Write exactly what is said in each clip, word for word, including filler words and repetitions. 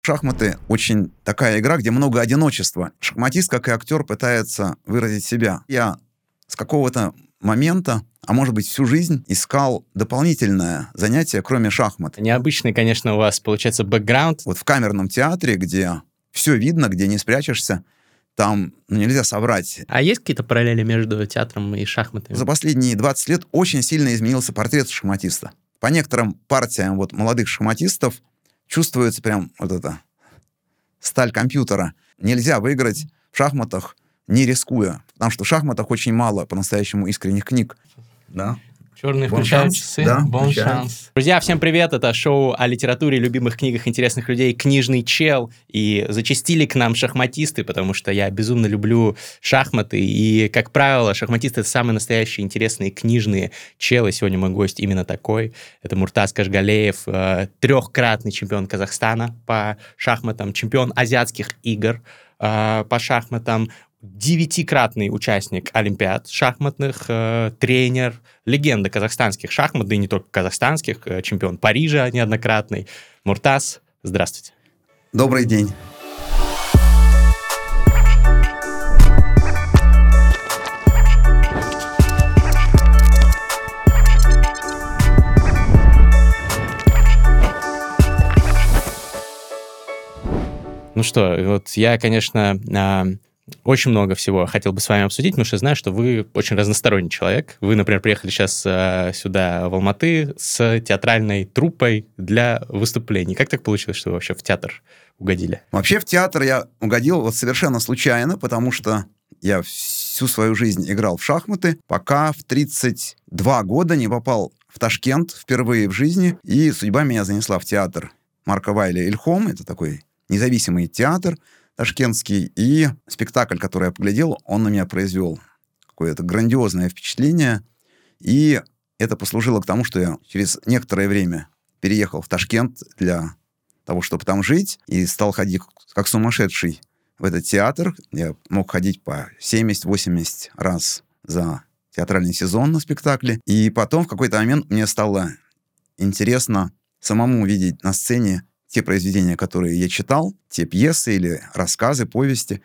Шахматы очень такая игра, где много одиночества. Шахматист, как и актер, пытается выразить себя. Я с какого-то момента, а может быть всю жизнь, искал дополнительное занятие, кроме шахмат. Необычный, конечно, у вас получается бэкграунд. Вот в камерном театре, где все видно, где не спрячешься, там ну, нельзя соврать. А есть какие-то параллели между театром и шахматами? За последние двадцать лет очень сильно изменился портрет шахматиста. По некоторым партиям вот, молодых шахматистов чувствуется прям вот это сталь компьютера. Нельзя выиграть в шахматах, не рискуя. Потому что в шахматах очень мало по-настоящему искренних книг. Да. Черные Bon включают chance. часы. Да, Bon включают. chance. Друзья, всем привет. Это шоу о литературе, любимых книгах, интересных людей «Книжный чел». И зачастили к нам шахматисты, потому что я безумно люблю шахматы. И, как правило, шахматисты — это самые настоящие интересные книжные челы. Сегодня мой гость именно такой. Это Муртаз Кашгалеев, э, трехкратный чемпион Казахстана по шахматам, чемпион азиатских игр э, по шахматам, девятикратный участник Олимпиад шахматных, э, тренер, легенда казахстанских шахмат, да и не только казахстанских, э, чемпион Парижа неоднократный. Муртаз, здравствуйте. Добрый день. Ну что, вот я, конечно, э, очень много всего хотел бы с вами обсудить, потому что знаю, что вы очень разносторонний человек. Вы, например, приехали сейчас э, сюда, в Алматы, с театральной труппой для выступлений. Как так получилось, что вы вообще в театр угодили? Вообще в театр я угодил вот совершенно случайно, потому что я всю свою жизнь играл в шахматы, пока в тридцать два года не попал в Ташкент впервые в жизни, и судьба меня занесла в театр Марка Вайля «Ильхом». Это такой независимый театр ташкентский, и спектакль, который я поглядел, он на меня произвел какое-то грандиозное впечатление, и это послужило к тому, что я через некоторое время переехал в Ташкент для того, чтобы там жить, и стал ходить как сумасшедший в этот театр. Я мог ходить по семьдесят-восемьдесят раз за театральный сезон на спектакле, и потом в какой-то момент мне стало интересно самому видеть на сцене те произведения, которые я читал, те пьесы или рассказы, повести.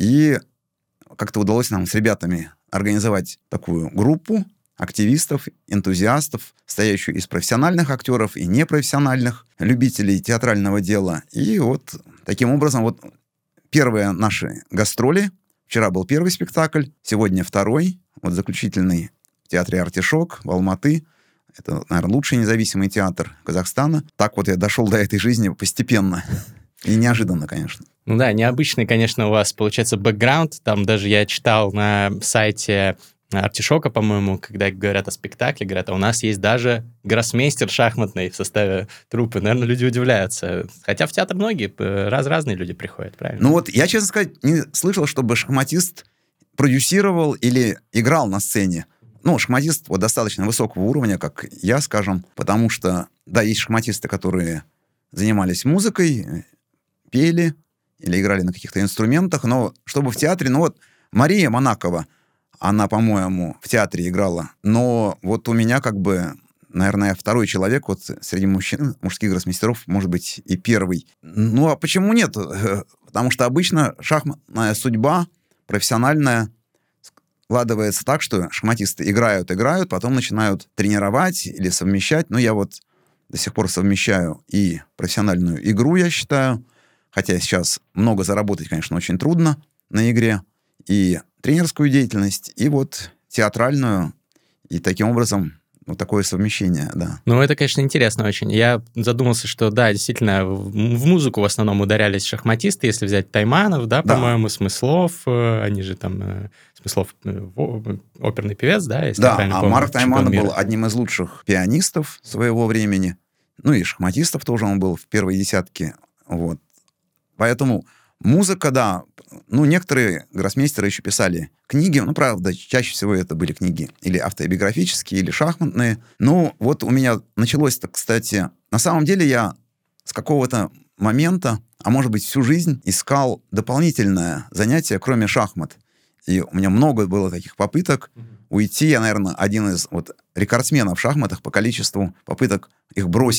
И как-то удалось нам с ребятами организовать такую группу активистов, энтузиастов, состоящую из профессиональных актеров и непрофессиональных любителей театрального дела. И вот таким образом вот первые наши гастроли. Вчера был первый спектакль, сегодня второй, вот заключительный в театре «Артишок» в Алматы. Это, наверное, лучший независимый театр Казахстана. Так вот я дошел до этой жизни постепенно. И неожиданно, конечно. Ну да, необычный, конечно, у вас получается бэкграунд. Там даже я читал на сайте «Артишока», по-моему, когда говорят о спектакле, говорят, а у нас есть даже гроссмейстер шахматный в составе труппы. Наверное, люди удивляются. Хотя в театр многие, раз разные люди приходят, правильно? Ну вот я, честно сказать, не слышал, чтобы шахматист продюсировал или играл на сцене. Ну, шахматист вот достаточно высокого уровня, как я, скажем, потому что, да, есть шахматисты, которые занимались музыкой, пели или играли на каких-то инструментах, но чтобы в театре, ну вот Мария Монакова, она, по-моему, в театре играла, но вот у меня как бы, наверное, второй человек вот среди мужчин, мужских гроссмейстеров, может быть, и первый. Ну, а почему нет? Потому что обычно шахматная судьба профессиональная складывается так, что шахматисты играют, играют, потом начинают тренировать или совмещать. Но я вот до сих пор совмещаю и профессиональную игру, я считаю, хотя сейчас много заработать, конечно, очень трудно на игре, и тренерскую деятельность, и вот театральную, и таким образом вот такое совмещение, да. Ну, это, конечно, интересно очень. Я задумался, что, да, действительно, в, в музыку в основном ударялись шахматисты, если взять Тайманов, да, Да. по-моему, Смыслов, э, они же там, э, Смыслов э, оперный певец, да, если я Да, правильно а помню. Марк Тайманов чемпион был мира. одним из лучших пианистов своего времени, ну и шахматистов тоже он был в первой десятке, вот. Поэтому музыка, да, ну, некоторые гроссмейстеры еще писали книги, ну, правда, чаще всего это были книги или автобиографические, или шахматные. Ну, вот у меня началось-то, кстати, на самом деле я с какого-то момента, а может быть всю жизнь, искал дополнительное занятие, кроме шахмат. И у меня много было таких попыток уйти. Я, наверное, один из вот рекордсменов в шахматах по количеству попыток их бросить.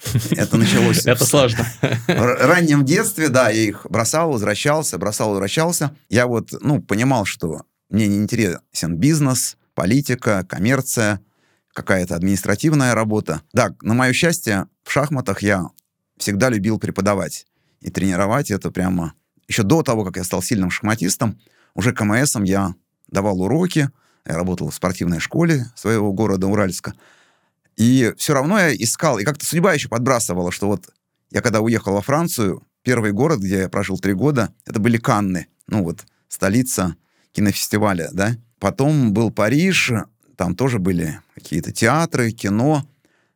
Это началось... Это сложно. В раннем детстве, да, я их бросал, возвращался, бросал, возвращался. Я вот, ну, понимал, что мне не интересен бизнес, политика, коммерция, какая-то административная работа. Да, на мое счастье, в шахматах я всегда любил преподавать и тренировать. Это прямо... Еще до того, как я стал сильным шахматистом, уже КМСом я давал уроки, я работал в спортивной школе своего города Уральска. И все равно я искал, и как-то судьба еще подбрасывала, что вот я когда уехал во Францию, первый город, где я прожил три года, это были Канны, ну вот столица кинофестиваля, да. Потом был Париж, там тоже были какие-то театры, кино.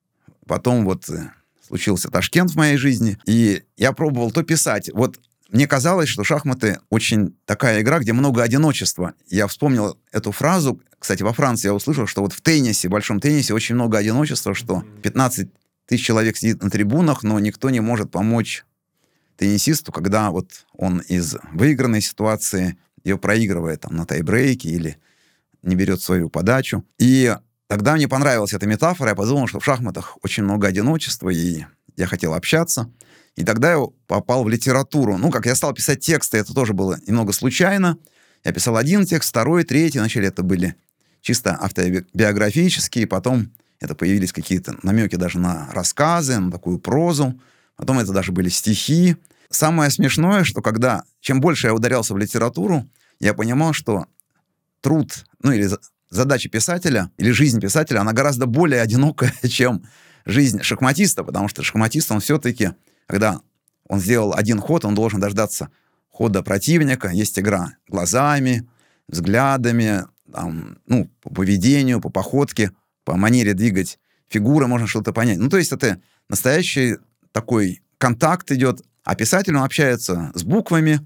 Потом вот случился Ташкент в моей жизни, и я пробовал то писать. Вот мне казалось, что шахматы очень такая игра, где много одиночества. Я вспомнил эту фразу. Кстати, во Франции я услышал, что вот в теннисе, в большом теннисе очень много одиночества, что пятнадцать тысяч человек сидит на трибунах, но никто не может помочь теннисисту, когда вот он из выигранной ситуации ее проигрывает там, на тайбрейке или не берет свою подачу. И тогда мне понравилась эта метафора. Я подумал, что в шахматах очень много одиночества, и я хотел общаться. И тогда я попал в литературу. Ну, как я стал писать тексты, это тоже было немного случайно. Я писал один текст, второй, третий. Вначале это были чисто автобиографические, потом это появились какие-то намеки даже на рассказы, на такую прозу. Потом это даже были стихи. Самое смешное, что когда... Чем больше я ударялся в литературу, я понимал, что труд, ну, или задача писателя, или жизнь писателя, она гораздо более одинокая, чем жизнь шахматиста, потому что шахматист, он все-таки... Когда он сделал один ход, он должен дождаться хода противника. Есть игра глазами, взглядами, там, ну, по поведению, по походке, по манере двигать фигуры, можно что-то понять. Ну, то есть это настоящий такой контакт идет, а писатель, он общается с буквами,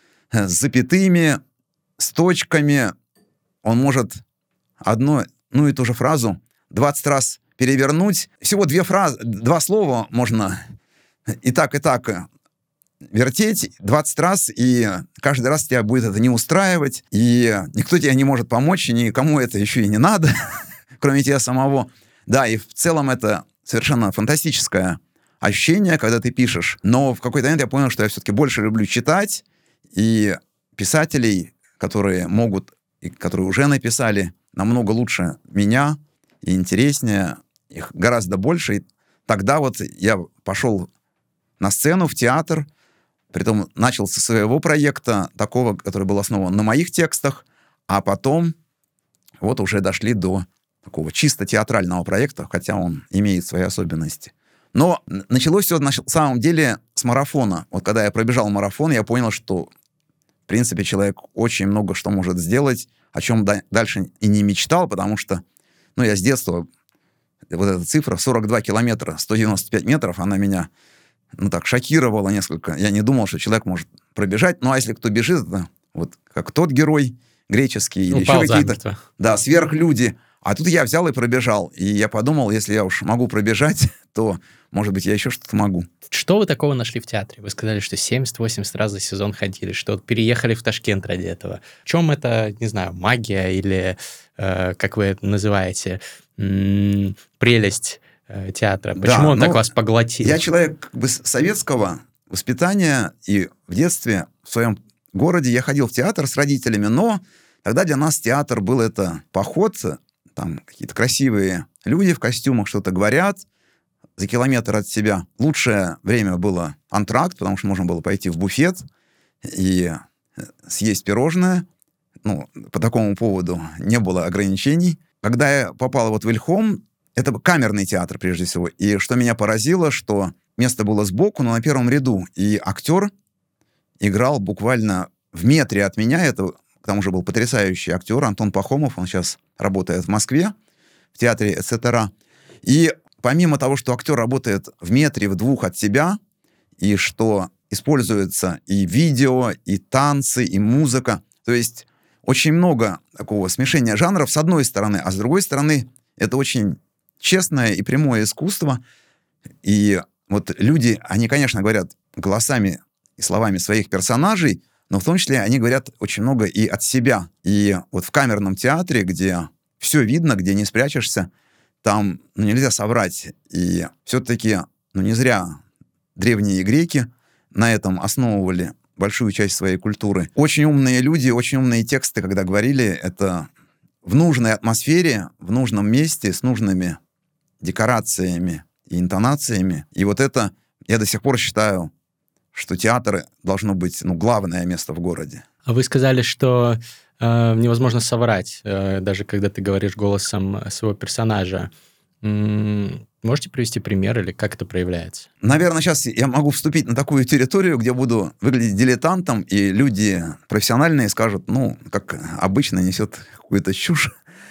с запятыми, с точками. Он может одну, ну и ту же фразу двадцать раз перевернуть. Всего две фразы, два слова можно... И так, и так вертеть двадцать раз, и каждый раз тебя будет это не устраивать, и никто тебе не может помочь, и никому это еще и не надо, кроме тебя самого. Да, и в целом это совершенно фантастическое ощущение, когда ты пишешь. Но в какой-то момент я понял, что я все-таки больше люблю читать, и писателей, которые могут, и которые уже написали, намного лучше меня, и интереснее, их гораздо больше. И тогда вот я пошел на сцену, в театр, притом начал со своего проекта, такого, который был основан на моих текстах, а потом вот уже дошли до такого чисто театрального проекта, хотя он имеет свои особенности. Но началось все на самом деле с марафона. Вот когда я пробежал марафон, я понял, что, в принципе, человек очень много что может сделать, о чем дальше и не мечтал, потому что, ну, я с детства, вот эта цифра, сорок два километра, сто девяносто пять метров, она меня... ну так, шокировало несколько. Я не думал, что человек может пробежать. Ну, а если кто бежит, это вот как тот герой греческий или Упал еще какие-то... замертво. Да, сверхлюди. А тут я взял и пробежал. И я подумал, если я уж могу пробежать, то, может быть, я еще что-то могу. Что вы такого нашли в театре? Вы сказали, что семьдесят-восемьдесят раз за сезон ходили, что переехали в Ташкент ради этого. В чем это, не знаю, магия или, э, как вы это называете, м- прелесть театра? Почему да, он так вас поглотил? Я человек как бы советского воспитания, и в детстве в своем городе я ходил в театр с родителями, но тогда для нас театр был это поход, там какие-то красивые люди в костюмах что-то говорят за километр от себя. Лучшее время было антракт, потому что можно было пойти в буфет и съесть пирожное. Ну, по такому поводу не было ограничений. Когда я попал вот в Ильхом, это камерный театр, прежде всего. И что меня поразило, что место было сбоку, но на первом ряду. И актер играл буквально в метре от меня. Это, к тому же, был потрясающий актер Антон Пахомов. Он сейчас работает в Москве, в театре «Эцетера». И помимо того, что актер работает в метре, в двух от себя, и что используется и видео, и танцы, и музыка, то есть очень много такого смешения жанров с одной стороны, а с другой стороны это очень честное и прямое искусство. И вот люди, они, конечно, говорят голосами и словами своих персонажей, но в том числе они говорят очень много и от себя. И вот в камерном театре, где все видно, где не спрячешься, там ну, нельзя соврать. И все-таки ну, не зря древние греки на этом основывали большую часть своей культуры. Очень умные люди, очень умные тексты, когда говорили, это в нужной атмосфере, в нужном месте, с нужными декорациями и интонациями. И вот это, я до сих пор считаю, что театр должно быть, ну, главное место в городе. А вы сказали, что э, невозможно соврать, э, даже когда ты говоришь голосом своего персонажа. М-м, можете привести пример или как это проявляется? Наверное, сейчас я могу вступить на такую территорию, где буду выглядеть дилетантом, и люди профессиональные скажут, ну, как обычно, несет какую-то чушь.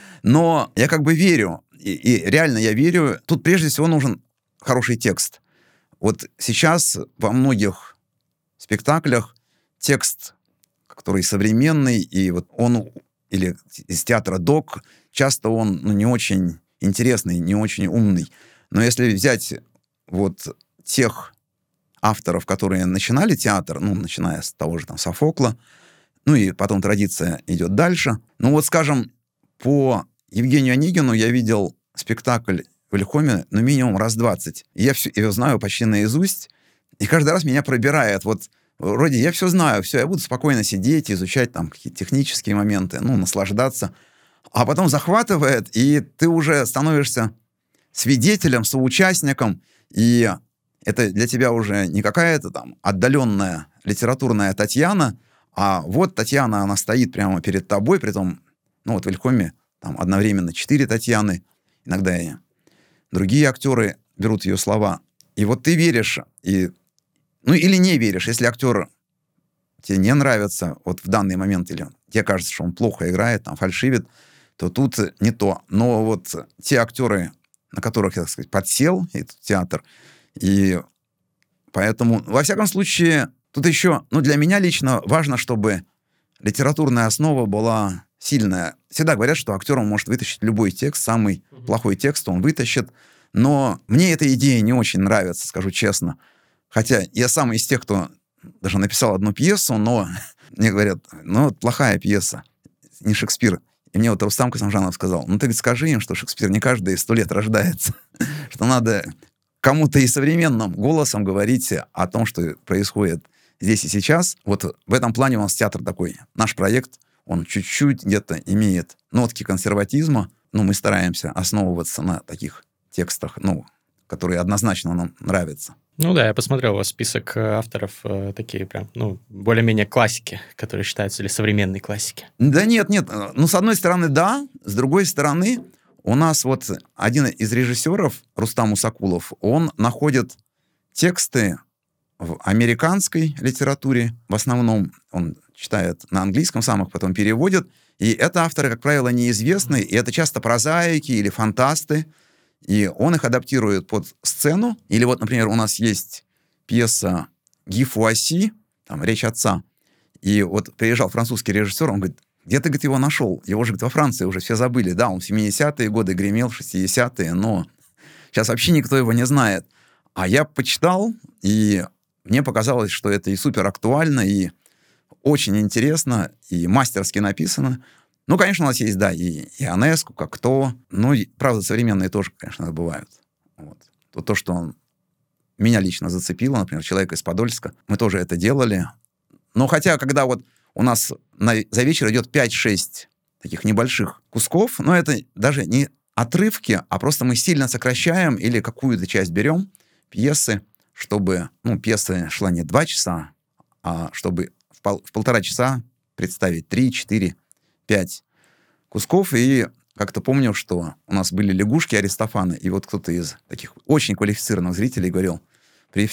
Но я как бы верю, и, и реально я верю. Тут прежде всего нужен хороший текст. Вот сейчас во многих спектаклях текст, который современный, и вот он, или из театра док, часто он, ну, не очень интересный, не очень умный. Но если взять вот тех авторов, которые начинали театр, ну, начиная с того же там Софокла, ну и потом традиция идет дальше. Ну вот, скажем, по Евгению Онегину я видел спектакль в Ильхоме, ну, минимум раз двадцать. И я все, его знаю почти наизусть, и каждый раз меня пробирает. Вот вроде я все знаю, все, я буду спокойно сидеть, изучать там какие-то технические моменты, ну, наслаждаться. А потом захватывает, и ты уже становишься свидетелем, соучастником, и это для тебя уже не какая-то там отдаленная литературная Татьяна, а вот Татьяна, она стоит прямо перед тобой, притом, ну вот в Ильхоме там одновременно четыре Татьяны, иногда и другие актеры берут ее слова. И вот ты веришь, и, ну или не веришь, если актер тебе не нравится вот в данный момент, или тебе кажется, что он плохо играет, там, фальшивит, то тут не то. Но вот те актеры, на которых, я, так сказать, подсел этот театр, и поэтому, во всяком случае, тут еще, ну, для меня лично важно, чтобы литературная основа была сильная. Всегда говорят, что актер может вытащить любой текст, самый mm-hmm. плохой текст он вытащит, но мне эта идея не очень нравится, скажу честно. Хотя я сам из тех, кто даже написал одну пьесу, но мне говорят, ну, плохая пьеса, не Шекспир. И мне вот Рустам Касымжанов сказал, ну, ты скажи им, что Шекспир не каждые сто лет рождается, что надо кому-то и современным голосом говорить о том, что происходит здесь и сейчас. Вот в этом плане у нас театр такой, наш проект, он чуть-чуть где-то имеет нотки консерватизма, но мы стараемся основываться на таких текстах, ну, которые однозначно нам нравятся. Ну да, я посмотрел у вас список авторов, э, такие прям, ну, более-менее классики, которые считаются, или современные классики. Да нет, нет, ну, с одной стороны, да, с другой стороны, у нас вот один из режиссеров, Рустам Усакулов, он находит тексты в американской литературе, в основном он читает на английском, сам их потом переводит, и это авторы, как правило, неизвестные, и это часто прозаики или фантасты, и он их адаптирует под сцену. Или вот, например, у нас есть пьеса «Ги Фуасси», там «Речь отца», и вот приезжал французский режиссер, он говорит, где ты, говорит, его нашел? Его же, говорит, во Франции уже все забыли. Да, он в семидесятые годы гремел, в шестидесятые, но сейчас вообще никто его не знает. А я почитал, и мне показалось, что это и супер актуально, и очень интересно, и мастерски написано. Ну, конечно, у нас есть, да, и Ионеску, как кто. Ну, и, правда, современные тоже, конечно, бывают. Вот. То, то, что он меня лично зацепило, например, «Человек из Подольска», мы тоже это делали. Но хотя, когда вот у нас на, за вечер идет пять-шесть таких небольших кусков, но это даже не отрывки, а просто мы сильно сокращаем или какую-то часть берем пьесы, чтобы, ну, пьеса шла не два часа, а чтобы в, пол, в полтора часа представить три, четыре, пять кусков. И как-то помню, что у нас были лягушки Аристофана, и вот кто-то из таких очень квалифицированных зрителей говорил, при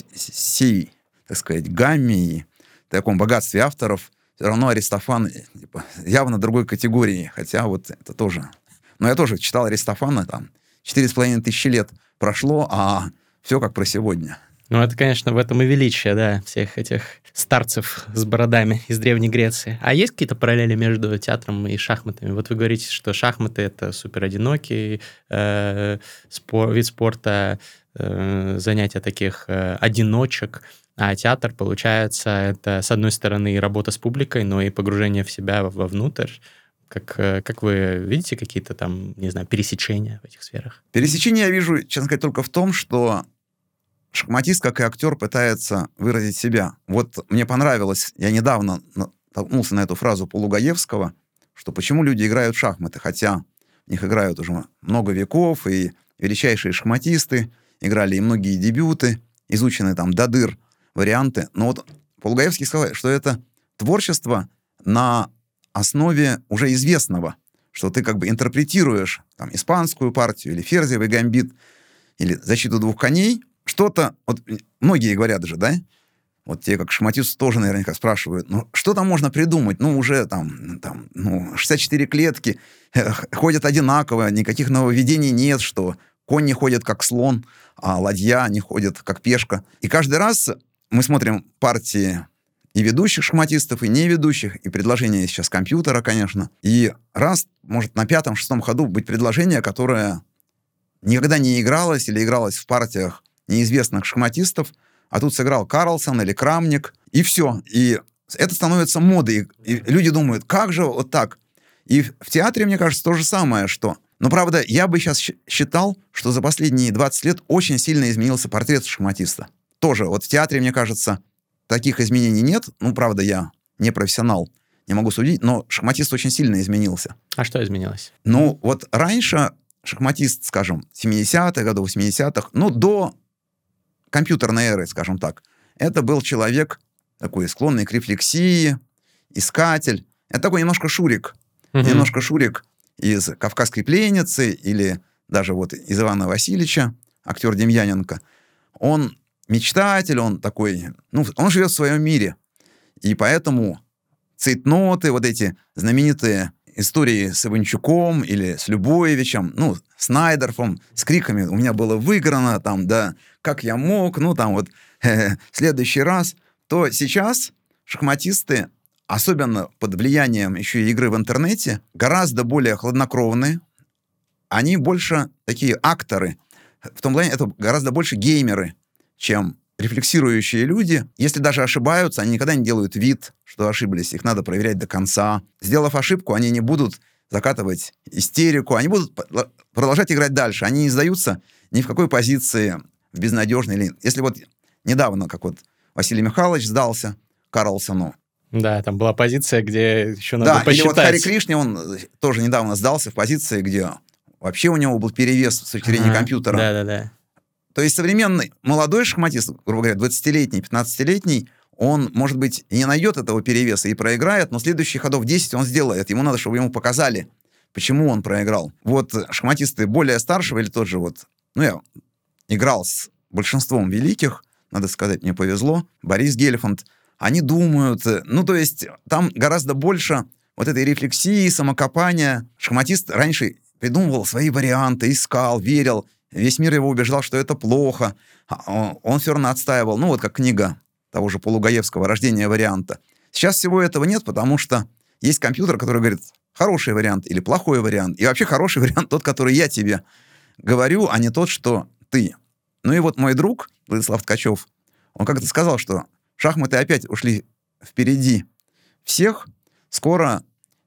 всей, так сказать, гамме и таком богатстве авторов, все равно Аристофан типа, явно другой категории, хотя вот это тоже... Но я тоже читал Аристофана, там, четыре с половиной тысячи лет прошло, а все как про сегодня. Ну, это, конечно, в этом и величие, да, всех этих старцев с бородами из Древней Греции. А есть какие-то параллели между театром и шахматами? Вот вы говорите, что шахматы — это супер одинокий э, спор, вид спорта, э, занятия таких э, одиночек, а театр, получается, это, с одной стороны, работа с публикой, но и погружение в себя вовнутрь. Как, как вы видите какие-то там, не знаю, пересечения в этих сферах? Пересечения я вижу, честно сказать, только в том, что шахматист, как и актер, пытается выразить себя. Вот мне понравилось, я недавно натолкнулся на эту фразу Полугаевского, что почему люди играют в шахматы, хотя в них играют уже много веков, и величайшие шахматисты, играли и многие дебюты, изучены там до дыр варианты. Но вот Полугаевский сказал, что это творчество на основе уже известного, что ты как бы интерпретируешь там испанскую партию или ферзевый гамбит, или защиту двух коней, что-то, вот многие говорят же, да, вот те, как шахматисты, тоже наверняка спрашивают, ну, что там можно придумать? Ну, уже там, там ну, шестьдесят четыре клетки, э, ходят одинаково, никаких нововведений нет, что конь не ходит как слон, а ладья не ходит как пешка. И каждый раз мы смотрим партии и ведущих шахматистов, и неведущих, и предложения сейчас компьютера, конечно. И раз, может, на пятом-шестом ходу быть предложение, которое никогда не игралось или игралось в партиях неизвестных шахматистов, а тут сыграл Карлсон или Крамник, и все. И это становится модой. И люди думают, как же вот так? И в театре, мне кажется, то же самое, что... Но, правда, я бы сейчас считал, что за последние двадцать лет очень сильно изменился портрет шахматиста. Тоже вот в театре, мне кажется, таких изменений нет. Ну, правда, я не профессионал, не могу судить, но шахматист очень сильно изменился. А что изменилось? Ну, вот раньше шахматист, скажем, семидесятых годов, восьмидесятых, ну, до компьютерной эры, скажем так, это был человек такой склонный к рефлексии, искатель. Это такой немножко Шурик. Uh-huh. Немножко Шурик из «Кавказской пленницы» или даже вот из Ивана Васильевича, актер Демьяненко. Он мечтатель, он такой, ну, он живет в своем мире. И поэтому цейтноты, вот эти знаменитые истории с Иванчуком или с Любовичем, ну, с Найдорфом, с криками «у меня было выиграно», там, да, «как я мог», ну, там вот э, «в следующий раз», то сейчас шахматисты, особенно под влиянием еще и игры в интернете, гораздо более хладнокровные, они больше такие акторы, в том плане это гораздо больше геймеры, чем рефлексирующие люди. Если даже ошибаются, они никогда не делают вид, что ошиблись. Их надо проверять до конца. Сделав ошибку, они не будут закатывать истерику, они будут продолжать играть дальше. Они не сдаются ни в какой позиции в безнадежной линии. Если вот недавно, как вот Василий Михайлович сдался Карлсону. Да, там была позиция, где еще надо да, посчитать. Или вот Хари Кришне, он тоже недавно сдался в позиции, где вообще у него был перевес с точки зрения ага, компьютера. Да-да-да. То есть современный молодой шахматист, грубо говоря, двадцатилетний, пятнадцатилетний, он, может быть, и не найдет этого перевеса и проиграет, но следующих ходов десять он сделает. Ему надо, чтобы ему показали, почему он проиграл. Вот шахматисты более старшего или тот же вот... Ну, я играл с большинством великих, надо сказать, мне повезло. Борис Гельфанд. Они думают... Ну, то есть там гораздо больше вот этой рефлексии, самокопания. Шахматист раньше придумывал свои варианты, искал, верил. Весь мир его убеждал, что это плохо. Он все равно отстаивал. Ну, вот как книга того же Полугаевского «Рождение варианта». Сейчас всего этого нет, потому что есть компьютер, который говорит, хороший вариант или плохой вариант. И вообще хороший вариант тот, который я тебе говорю, а не тот, что ты. Ну и вот мой друг Владислав Ткачев, он как-то сказал, что шахматы опять ушли впереди всех. Скоро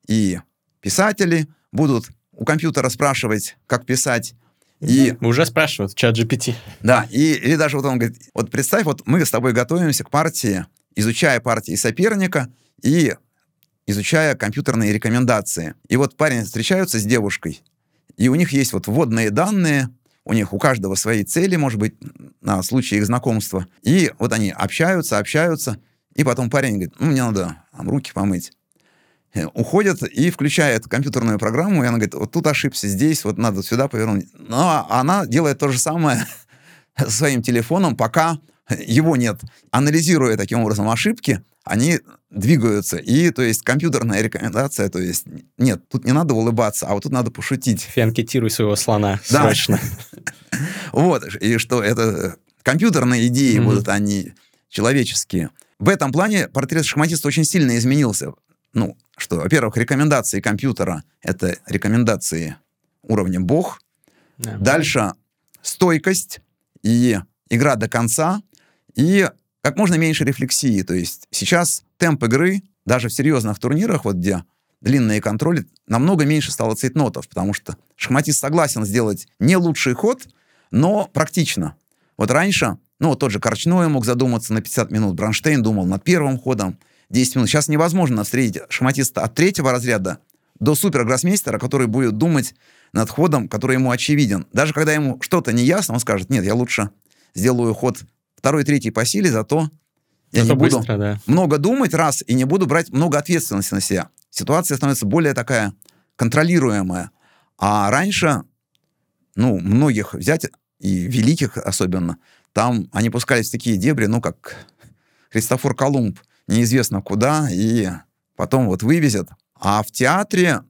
и писатели будут у компьютера спрашивать, как писать. И, уже спрашивают, чат джи пи ти. Да, и, или даже вот он говорит, вот представь, вот мы с тобой готовимся к партии, изучая партии соперника и изучая компьютерные рекомендации. И вот парень встречаются с девушкой, и у них есть вот вводные данные, у них у каждого свои цели, может быть, на случай их знакомства. И вот они общаются, общаются, и потом парень говорит, ну, мне надо там, руки помыть. Уходят и включает компьютерную программу, и она говорит, вот тут ошибся, здесь, вот надо сюда повернуть. Но она делает то же самое со своим телефоном, пока его нет. Анализируя таким образом ошибки, они двигаются. И, то есть, компьютерная рекомендация, то есть, нет, тут не надо улыбаться, а вот тут надо пошутить. Фианкетируй своего слона срочно. Вот, и что это компьютерные идеи будут, они человеческие. В этом плане портрет шахматиста очень сильно изменился. Ну, что, во-первых, рекомендации компьютера — это рекомендации уровня бог. Yeah. Дальше стойкость и игра до конца, и как можно меньше рефлексии. То есть сейчас темп игры, даже в серьезных турнирах, вот где длинные контроли, намного меньше стало цейтнотов, потому что шахматист согласен сделать не лучший ход, но практично. Вот раньше Ну, вот тот же Корчной мог задуматься на пятьдесят минут, Бронштейн думал над первым ходом десять минут. Сейчас невозможно встретить шахматиста от третьего разряда до супер-гроссмейстера, который будет думать над ходом, который ему очевиден. Даже когда ему что-то не ясно, он скажет: нет, я лучше сделаю ход второй, третий по силе, зато я Зато не буду быстро, да. много думать, раз, и не буду брать много ответственности на себя. Ситуация становится более такая контролируемая. А раньше, ну, многих взять, и великих особенно, там они пускались в такие дебри, ну, как Христофор Колумб, неизвестно куда, и потом вот вывезет. А в театре,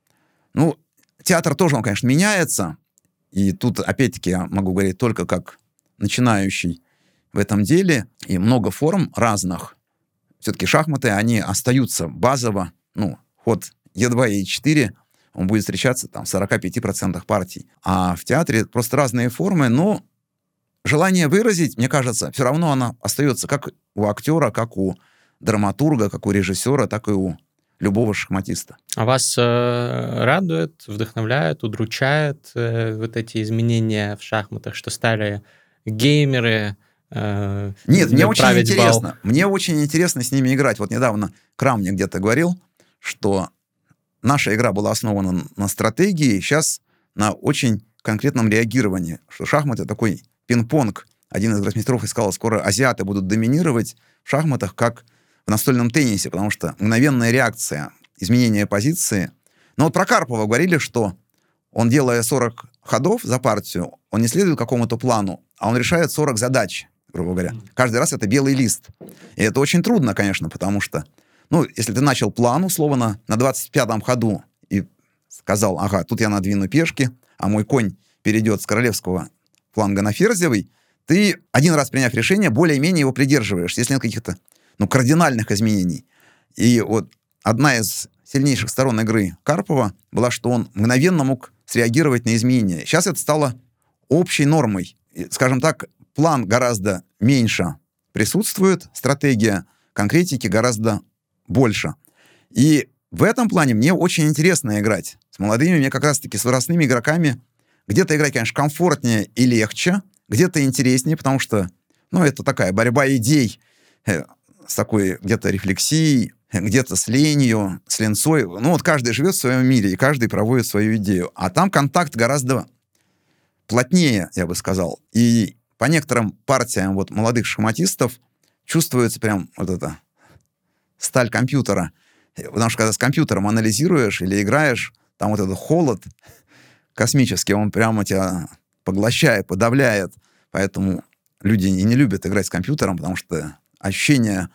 ну, театр тоже, он, конечно, меняется, и тут, опять-таки, я могу говорить только как начинающий в этом деле, и много форм разных. Все-таки шахматы, они остаются базово, ну, ход е два и е четыре, он будет встречаться там в сорок пять процентов партий. А в театре просто разные формы, но желание выразить, мне кажется, все равно оно остается как у актера, как у драматурга, как у режиссера, так и у любого шахматиста. А вас э, радует, вдохновляет, удручает э, вот эти изменения в шахматах, что стали геймеры? Э, Нет, мне очень править интересно. бал? Мне очень интересно с ними играть. Вот недавно Крам мне где-то говорил, что наша игра была основана на стратегии, сейчас на очень конкретном реагировании. Что шахматы такой пинг-понг. Один из гроссмейстеров сказал, скоро азиаты будут доминировать в шахматах, как в настольном теннисе, потому что мгновенная реакция, изменение позиции. Но вот про Карпова говорили, что он, делая сорок ходов за партию, он не следует какому-то плану, а он решает сорок задач, грубо говоря. Каждый раз это белый лист. И это очень трудно, конечно, потому что, ну, если ты начал план, условно, на двадцать пятом ходу и сказал: ага, тут я надвину пешки, а мой конь перейдет с королевского фланга на ферзевый, ты, один раз приняв решение, более-менее его придерживаешь, если нет каких-то, ну, кардинальных изменений. И вот одна из сильнейших сторон игры Карпова была, что он мгновенно мог среагировать на изменения. Сейчас это стало общей нормой. И, скажем так, план гораздо меньше присутствует, стратегия конкретики гораздо больше. И в этом плане мне очень интересно играть с молодыми, мне как раз-таки с возрастными игроками. Где-то играть, конечно, комфортнее и легче, где-то интереснее, потому что, ну, это такая борьба идей, э, с такой где-то рефлексией, где-то с ленью, с ленцой. Ну, вот каждый живет в своем мире, и каждый проводит свою идею. А там контакт гораздо плотнее, я бы сказал. И по некоторым партиям вот молодых шахматистов чувствуется прям вот эта сталь компьютера. Потому что когда с компьютером анализируешь или играешь, там вот этот холод космический, он прямо тебя поглощает, подавляет. Поэтому люди и не любят играть с компьютером, потому что ощущение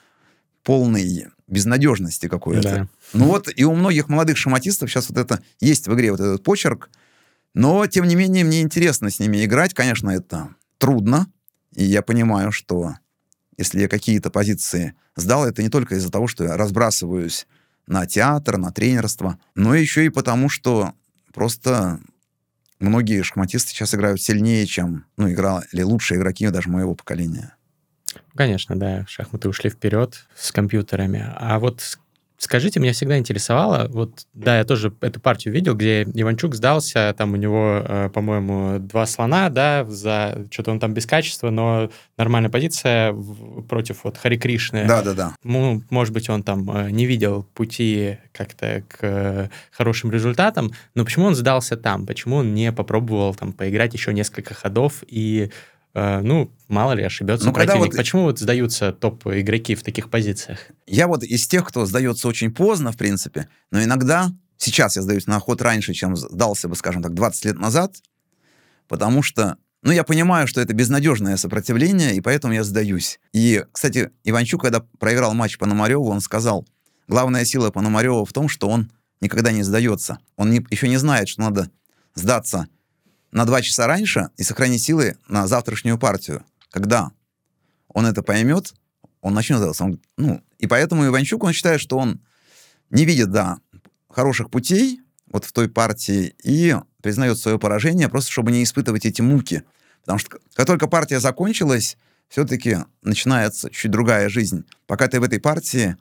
полной безнадежности какой-то. Да. Ну вот и у многих молодых шахматистов сейчас вот это есть в игре, вот этот почерк. Но, тем не менее, мне интересно с ними играть. Конечно, это трудно. И я понимаю, что если я какие-то позиции сдал, это не только из-за того, что я разбрасываюсь на театр, на тренерство, но еще и потому, что просто многие шахматисты сейчас играют сильнее, чем, ну, играли лучшие игроки даже моего поколения. Конечно, да, шахматы ушли вперед с компьютерами. А вот скажите, меня всегда интересовало, вот, да, я тоже эту партию видел, где Иванчук сдался, там у него, э, по-моему, два слона, да, за что-то он там без качества, но нормальная позиция в- против вот Хари Кришны. Да-да-да. Ну, может быть, он там э, не видел пути как-то к э, хорошим результатам, но почему он сдался там? Почему он не попробовал там поиграть еще несколько ходов и, э, ну, мало ли, ошибется Ну, когда противник? вот- Почему вот сдаются топ-игроки в таких позициях? Я вот из тех, кто сдается очень поздно, в принципе, но иногда, сейчас я сдаюсь на ход раньше, чем сдался бы, скажем так, двадцать лет назад, потому что, ну, я понимаю, что это безнадежное сопротивление, и поэтому я сдаюсь. И, кстати, Иванчук, когда проиграл матч Пономареву, он сказал, главная сила Пономарева в том, что он никогда не сдается. Он не, еще не знает, что надо сдаться на два часа раньше и сохранить силы на завтрашнюю партию. Когда он это поймет, он начнет сдаваться. Он, ну, и поэтому Иванчук, он считает, что он не видит, да, хороших путей вот в той партии и признает свое поражение, просто чтобы не испытывать эти муки. Потому что как только партия закончилась, все-таки начинается чуть другая жизнь. Пока ты в этой партии,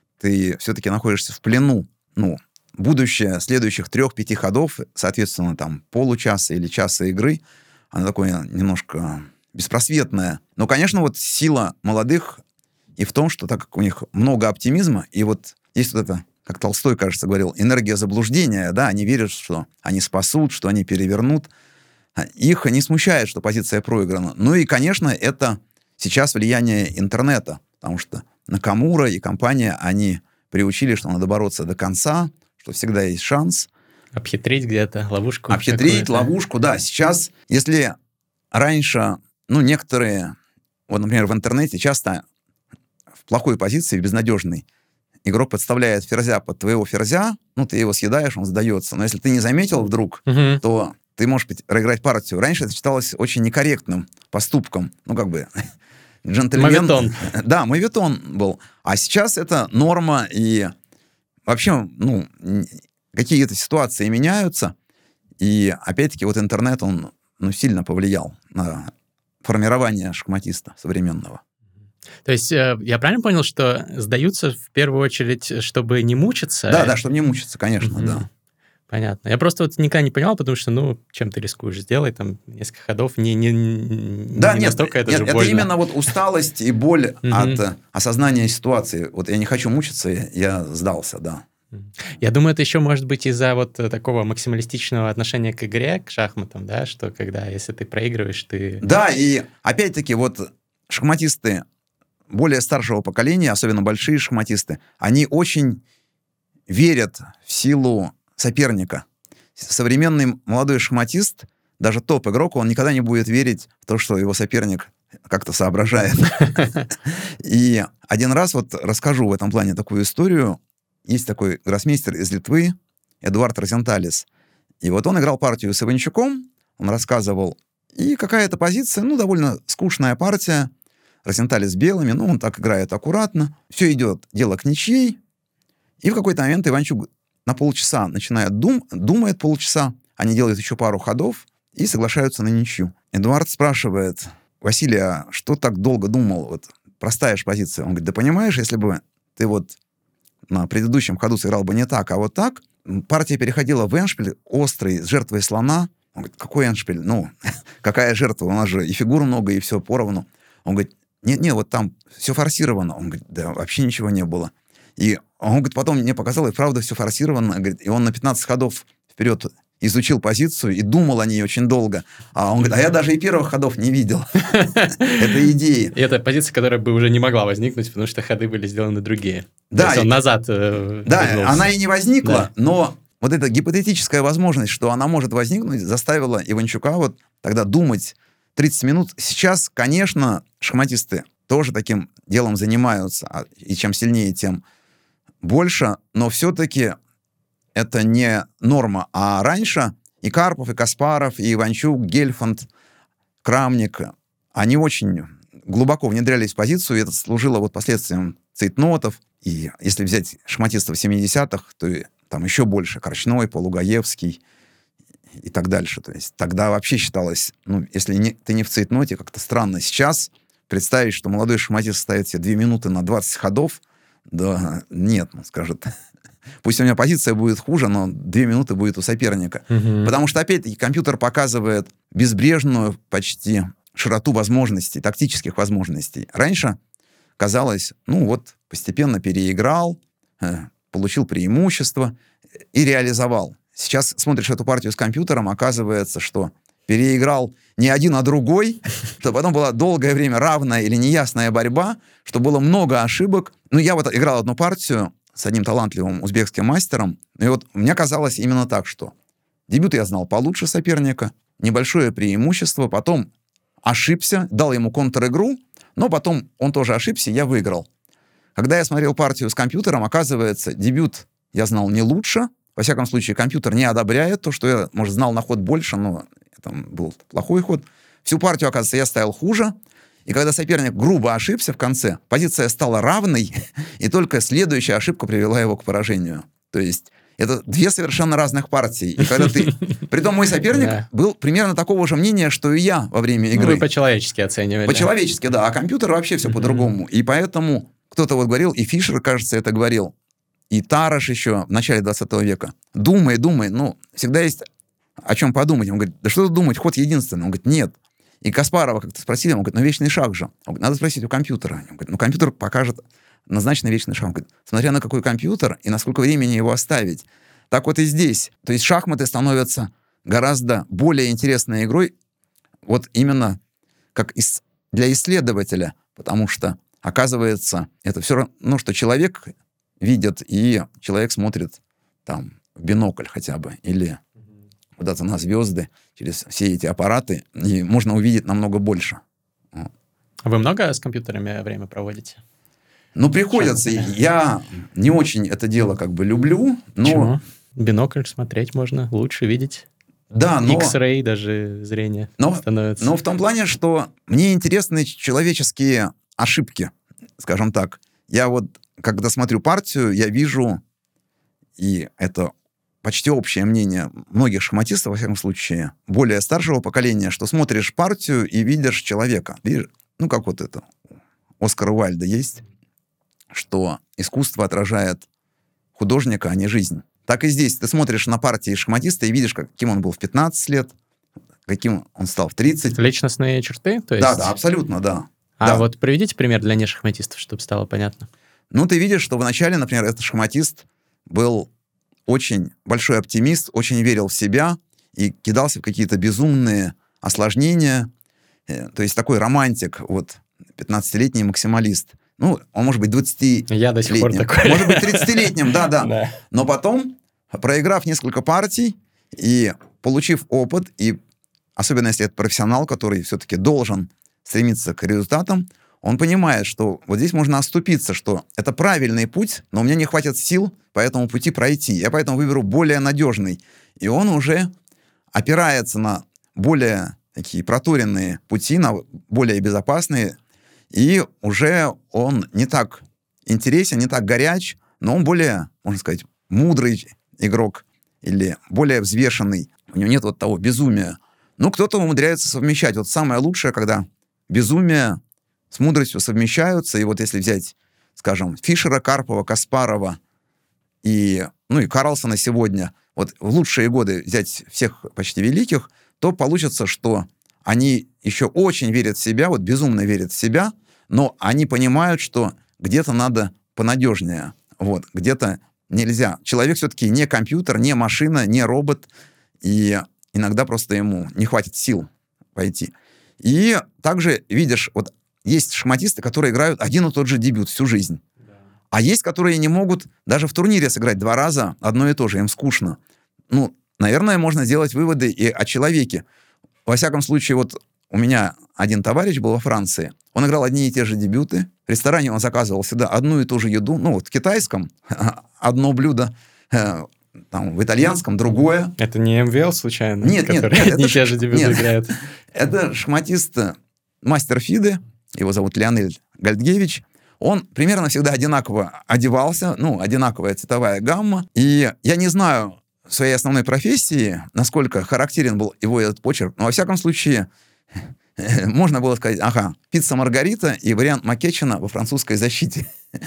ты все-таки находишься в плену. Ну, будущее следующих трех-пяти ходов, соответственно, там, получаса или часа игры, оно такое немножко беспросветная. Но, конечно, вот сила молодых и в том, что так как у них много оптимизма, и вот есть вот это, как Толстой, кажется, говорил, энергия заблуждения, да, они верят, что они спасут, что они перевернут. Их не смущает, что позиция проиграна. Ну и, конечно, это сейчас влияние интернета, потому что Накамура и компания, они приучили, что надо бороться до конца, что всегда есть шанс. Обхитрить где-то, ловушку. Обхитрить, ловушку, да. Сейчас, если раньше, ну, некоторые, вот, например, в интернете часто в плохой позиции, безнадежной, игрок подставляет ферзя под твоего ферзя, ну, ты его съедаешь, он сдается. Но если ты не заметил вдруг, угу. то ты можешь проиграть партию. Раньше это считалось очень некорректным поступком. Ну, как бы, джентльмен... Моветон. Да, моветон был. А сейчас это норма, и вообще, ну, какие-то ситуации меняются. И, опять-таки, вот интернет, он, ну, сильно повлиял на формирование шахматиста современного. То есть э, я правильно понял, что сдаются в первую очередь, чтобы не мучиться? Да, да, чтобы не мучиться, конечно, mm-hmm. да. Понятно. Я просто вот никогда не понимал, потому что, ну, чем ты рискуешь? Сделай там несколько ходов, не, не, да, не нет, настолько это нет, же это больно. именно вот усталость и боль от э, осознания ситуации. Вот я не хочу мучиться, я, я сдался, да. Я думаю, это еще может быть из-за вот такого максималистичного отношения к игре, к шахматам, да, что когда, если ты проигрываешь, ты... Да, и опять-таки вот шахматисты более старшего поколения, особенно большие шахматисты, они очень верят в силу соперника. Современный молодой шахматист, даже топ-игрок, он никогда не будет верить в то, что его соперник как-то соображает. И один раз вот расскажу в этом плане такую историю. Есть такой гроссмейстер из Литвы, Эдуард Розенталис. И вот он играл партию с Иванчуком, он рассказывал, и какая-то позиция, ну, довольно скучная партия, Розенталис белыми, ну, он так играет аккуратно, все идет, дело к ничьей, и в какой-то момент Иванчук на полчаса начинает дум, думает полчаса, они делают еще пару ходов и соглашаются на ничью. Эдуард спрашивает: Василий, а что так долго думал? Вот простая же позиция. Он говорит: да понимаешь, если бы ты вот на предыдущем ходу сыграл бы не так, а вот так, партия переходила в эндшпиль острый, с жертвой слона. Он говорит: какой эндшпиль? Ну, какая жертва? У нас же и фигур много, и все поровну. Он говорит: нет-нет, вот там все форсировано. Он говорит: да вообще ничего не было. И он говорит, потом мне показал, и правда все форсировано. Говорит, и он на пятнадцать ходов вперед изучил позицию и думал о ней очень долго. А он говорит: а я даже и первых ходов не видел. Это идеи. И это позиция, которая бы уже не могла возникнуть, потому что ходы были сделаны другие. Да. Он назад э, Да, вернулся. Она и не возникла, да. Но вот эта гипотетическая возможность, что она может возникнуть, заставила Иванчука вот тогда думать тридцать минут. Сейчас, конечно, шахматисты тоже таким делом занимаются, и чем сильнее, тем больше, но все-таки это не норма. А раньше и Карпов, и Каспаров, и Иванчук, Гельфанд, Крамник, они очень глубоко внедрялись в позицию, и это служило вот последствиям цейтнотов. И если взять шахматистов семидесятых, то там еще больше: Корчной, Полугаевский и так дальше. То есть тогда вообще считалось, ну, если не, ты не в цейтноте, как-то странно. Сейчас представить, что молодой шахматист ставит себе две минуты на двадцать ходов, да, нет, он скажет, пусть у меня позиция будет хуже, но две минуты будет у соперника. Угу. Потому что, опять-таки, компьютер показывает безбрежную почти широту возможностей, тактических возможностей. Раньше казалось, ну вот, постепенно переиграл, э, получил преимущество и реализовал. Сейчас смотришь эту партию с компьютером, оказывается, что переиграл не один, а другой, то потом была долгое время равная или неясная борьба, что было много ошибок. Ну, я вот играл одну партию с одним талантливым узбекским мастером, и вот мне казалось именно так, что дебют я знал получше соперника, небольшое преимущество, потом ошибся, дал ему контр-игру, но потом он тоже ошибся, я выиграл. Когда я смотрел партию с компьютером, оказывается, дебют я знал не лучше, во всяком случае, компьютер не одобряет то, что я, может, знал на ход больше, но там был плохой ход. Всю партию, оказывается, я ставил хуже. И когда соперник грубо ошибся в конце, позиция стала равной, и только следующая ошибка привела его к поражению. То есть это две совершенно разных партии. И когда ты... Притом мой соперник да. был примерно такого же мнения, что и я во время игры. Ну, вы по-человечески оценивали. По-человечески, да. А компьютер вообще все по-другому. И поэтому кто-то вот говорил, и Фишер, кажется, это говорил, и Тараш еще в начале двадцатого века. Думай, думай. Ну, всегда есть о чем подумать. Он говорит: да что тут думать, ход единственный. Он говорит: нет. И Каспарова как-то спросили, он говорит, ну вечный шах же. Он говорит, надо спросить у компьютера. Он говорит, ну компьютер покажет назначенный вечный шах. Он говорит, смотря на какой компьютер и на сколько времени его оставить. Так вот и здесь. То есть шахматы становятся гораздо более интересной игрой вот именно как ис- для исследователя, потому что, оказывается, это все равно, что человек видит, и человек смотрит там в бинокль хотя бы, или куда-то на звезды через все эти аппараты, и можно увидеть намного больше. Вы много с компьютерами время проводите? Ну, приходится. Я не очень это дело как бы люблю, но... Почему? Бинокль смотреть можно, лучше видеть. Да, но... X-ray даже зрение но, становится. Но в том плане, что мне интересны человеческие ошибки, скажем так. Я вот, когда смотрю партию, я вижу, и это почти общее мнение многих шахматистов, во всяком случае, более старшего поколения, что смотришь партию и видишь человека. Видишь, ну, как вот это, Оскар Уайльда есть, что искусство отражает художника, а не жизнь. Так и здесь. Ты смотришь на партии шахматиста и видишь, каким он был в пятнадцать лет, каким он стал в тридцать. Личностные черты? То есть... Да, да, абсолютно, да. А да. вот приведите пример для нешахматистов, чтобы стало понятно. Ну, ты видишь, что вначале, например, этот шахматист был очень большой оптимист, очень верил в себя и кидался в какие-то безумные осложнения. То есть такой романтик, вот, пятнадцатилетний максималист. Ну, он может быть двадцатилетним. Я до сих пор такой. Может быть тридцатилетним, да-да. Но потом, проиграв несколько партий и получив опыт, и особенно если это профессионал, который все-таки должен стремиться к результатам, он понимает, что вот здесь можно оступиться, что это правильный путь, но у меня не хватит сил по этому пути пройти. Я поэтому выберу более надежный. И он уже опирается на более такие проторенные пути, на более безопасные, и уже он не так интересен, не так горяч, но он более, можно сказать, мудрый игрок или более взвешенный. У него нет вот того безумия. Ну, кто-то умудряется совмещать. Вот самое лучшее, когда безумие с мудростью совмещаются. И вот если взять, скажем, Фишера, Карпова, Каспарова и, ну, и Карлсона сегодня, вот в лучшие годы взять всех почти великих, то получится, что они еще очень верят в себя, вот безумно верят в себя, но они понимают, что где-то надо понадежнее, вот, где-то нельзя. Человек все-таки не компьютер, не машина, не робот, и иногда просто ему не хватит сил пойти. И также видишь, вот есть шахматисты, которые играют один и тот же дебют всю жизнь. Да. А есть, которые не могут даже в турнире сыграть два раза одно и то же, им скучно. Ну, наверное, можно сделать выводы и о человеке. Во всяком случае, вот у меня один товарищ был во Франции. Он играл одни и те же дебюты. В ресторане он заказывал всегда одну и ту же еду. Ну, вот в китайском одно блюдо, э, там, в итальянском другое. Это не эм ви эл случайно? Нет, нет. Который нет одни и это те же дебюты нет. играет? Это шахматист, мастер ФИДе. Его зовут Леонель Гальдгевич. Он примерно всегда одинаково одевался. Ну, одинаковая цветовая гамма. И я не знаю в своей основной профессии, насколько характерен был его этот почерк. Но, во всяком случае, можно было сказать, ага, пицца Маргарита и вариант Маккетчена во французской защите.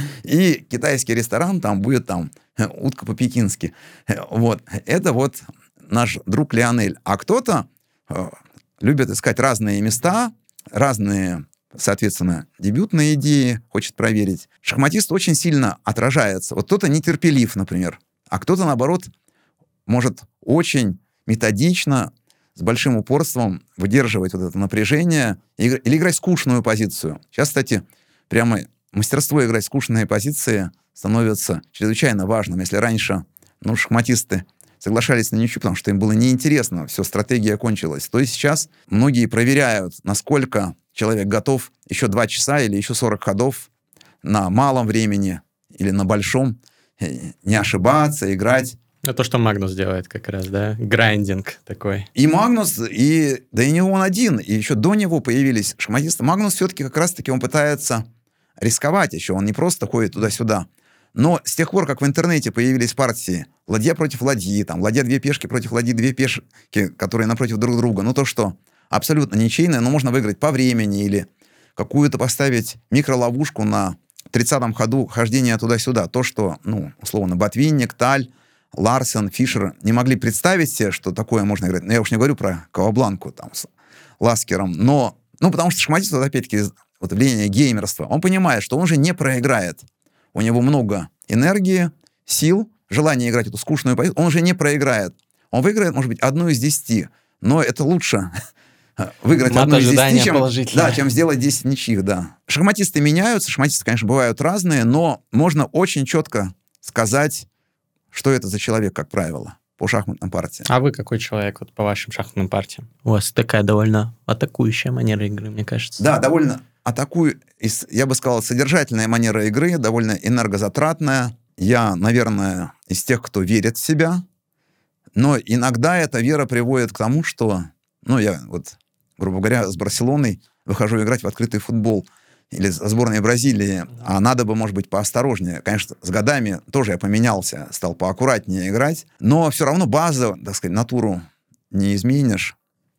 И китайский ресторан, там будет там утка по-пекински. Вот. Это вот наш друг Леонель. А кто-то э, любит искать разные места, разные, соответственно, дебютные идеи, хочет проверить. Шахматист очень сильно отражается. Вот кто-то нетерпелив, например, а кто-то, наоборот, может очень методично, с большим упорством выдерживать вот это напряжение или играть скучную позицию. Сейчас, кстати, прямо мастерство играть скучные позиции становится чрезвычайно важным. Если раньше, ну, шахматисты соглашались на ничью, потому что им было неинтересно, все, стратегия кончилась, то и сейчас многие проверяют, насколько человек готов еще два часа или еще сорок ходов на малом времени или на большом не ошибаться, играть. Это то, что Магнус делает как раз, да? Грайндинг такой. И Магнус, и да и не он один, и еще до него появились шахматисты. Магнус все-таки как раз-таки он пытается рисковать еще, он не просто ходит туда-сюда. Но с тех пор, как в интернете появились партии ладья против ладьи, там, ладья две пешки против ладьи две пешки, которые напротив друг друга, ну то, что абсолютно ничейное, но можно выиграть по времени или какую-то поставить микроловушку на тридцатом ходу хождения туда-сюда. То, что, ну, условно, Ботвинник, Таль, Ларсен, Фишер не могли представить себе, что такое можно играть. Я уж не говорю про Кавабланку, там, Ласкером. Но, ну, потому что шахматист, вот опять-таки, вот влияние геймерства, он понимает, что он же не проиграет. У него много энергии, сил, желания играть эту скучную позицию, он же не проиграет. Он выиграет, может быть, одну из десяти, но это лучше выиграть Мат одну из десяти, чем, да, чем сделать десять ничьих, да. Шахматисты меняются, шахматисты, конечно, бывают разные, но можно очень четко сказать, что это за человек, как правило, по шахматным партиям. А вы какой человек вот, по вашим шахматным партиям? У вас такая довольно атакующая манера игры, мне кажется. Да, довольно атакую, я бы сказал, содержательная манера игры, довольно энергозатратная. Я, наверное, из тех, кто верит в себя, но иногда эта вера приводит к тому, что, ну, я вот, грубо говоря, с Барселоной выхожу играть в открытый футбол или с сборной Бразилии, а надо бы, может быть, поосторожнее. Конечно, с годами тоже я поменялся, стал поаккуратнее играть, но все равно базу, так сказать, натуру не изменишь.